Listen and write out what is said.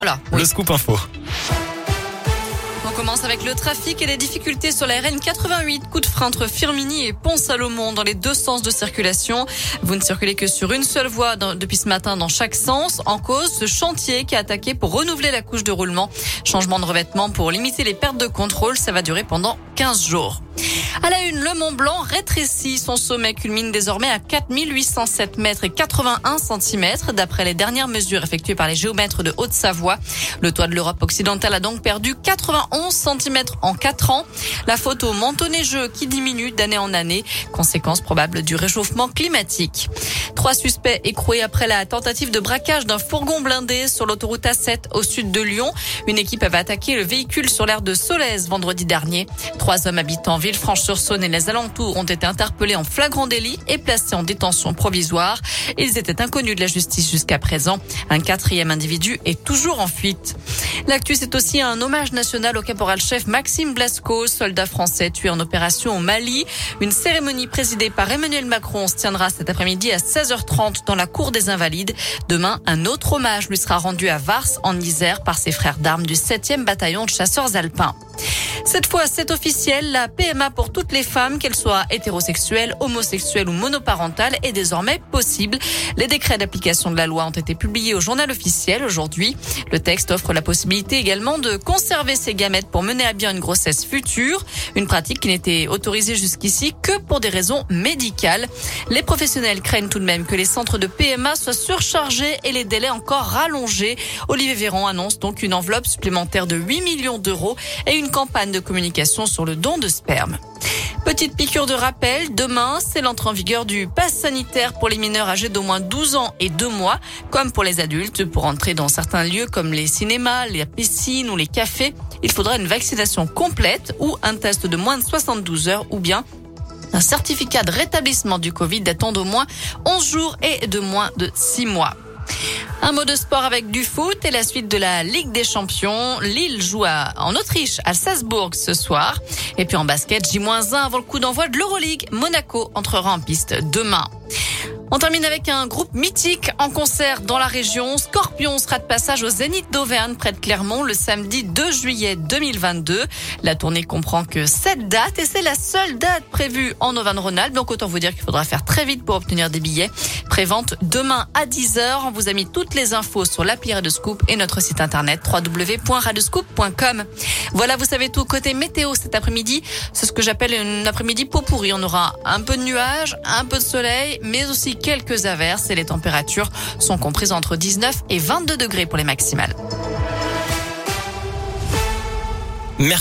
Voilà. Le scoop info. On commence avec le trafic et les difficultés sur la RN 88. Coup de frein entre Firminy et Pont-Salomon dans les deux sens de circulation. Vous ne circulez que sur une seule voie depuis ce matin dans chaque sens. En cause, ce chantier qui a attaqué pour renouveler la couche de roulement. Changement de revêtement pour limiter les pertes de contrôle. Ça va durer pendant 15 jours. À la une, le Mont Blanc rétrécit. Son sommet culmine désormais à 4807 mètres et 81 centimètres, d'après les dernières mesures effectuées par les géomètres de Haute-Savoie. Le toit de l'Europe occidentale a donc perdu 91 centimètres en 4 ans. La faute au manteau neigeux qui diminue d'année en année, conséquence probable du réchauffement climatique. 3 suspects écroués après la tentative de braquage d'un fourgon blindé sur l'autoroute A7 au sud de Lyon. Une équipe avait attaqué le véhicule sur l'aire de Solèze vendredi dernier. 3 hommes habitant Villefranche-sur-Saône et les alentours ont été interpellés en flagrant délit et placés en détention provisoire. Ils étaient inconnus de la justice jusqu'à présent. Un 4e individu est toujours en fuite. L'actu, c'est aussi un hommage national au caporal-chef Maxime Blasco, soldat français tué en opération au Mali. Une cérémonie présidée par Emmanuel Macron se tiendra cet après-midi à 16h30 dans la cour des Invalides. Demain, un autre hommage lui sera rendu à Vars, en Isère, par ses frères d'armes du 7e bataillon de chasseurs alpins. Cette fois, c'est officiel, la PMA pour toutes les femmes, qu'elles soient hétérosexuelles, homosexuelles ou monoparentales, est désormais possible. Les décrets d'application de la loi ont été publiés au journal officiel aujourd'hui. Le texte offre la possibilité également de conserver ses gamètes pour mener à bien une grossesse future, une pratique qui n'était autorisée jusqu'ici que pour des raisons médicales. Les professionnels craignent tout de même que les centres de PMA soient surchargés et les délais encore rallongés. Olivier Véran annonce donc une enveloppe supplémentaire de 8 millions d'euros et une campagne de communication sur le don de sperme. Petite piqûre de rappel, demain, c'est l'entrée en vigueur du pass sanitaire pour les mineurs âgés d'au moins 12 ans et 2 mois, comme pour les adultes. Pour entrer dans certains lieux comme les cinémas, les piscines ou les cafés, il faudra une vaccination complète ou un test de moins de 72 heures ou bien un certificat de rétablissement du Covid datant d'au moins 11 jours et de moins de 6 mois. Un mot de sport avec du foot et la suite de la Ligue des Champions. Lille joue en Autriche à Salzbourg ce soir. Et puis en basket, J-1 avant le coup d'envoi de l'Euroleague. Monaco entrera en piste demain. On termine avec un groupe mythique en concert dans la région. Scorpion sera de passage au Zénith d'Auvergne près de Clermont le samedi 2 juillet 2022. La tournée comprend que 7 dates et c'est la seule date prévue en Auvergne-Rhône-Alpes. Donc autant vous dire qu'il faudra faire très vite pour obtenir des billets. Prévente demain à 10h. On vous a mis toutes les infos sur l'appli Radioscoop et notre site internet www.radioscoop.com. Voilà, vous savez tout. Côté météo cet après-midi, c'est ce que j'appelle un après-midi pot pourri. On aura un peu de nuages, un peu de soleil, mais aussi quelques averses et les températures sont comprises entre 19 et 22 degrés pour les maximales.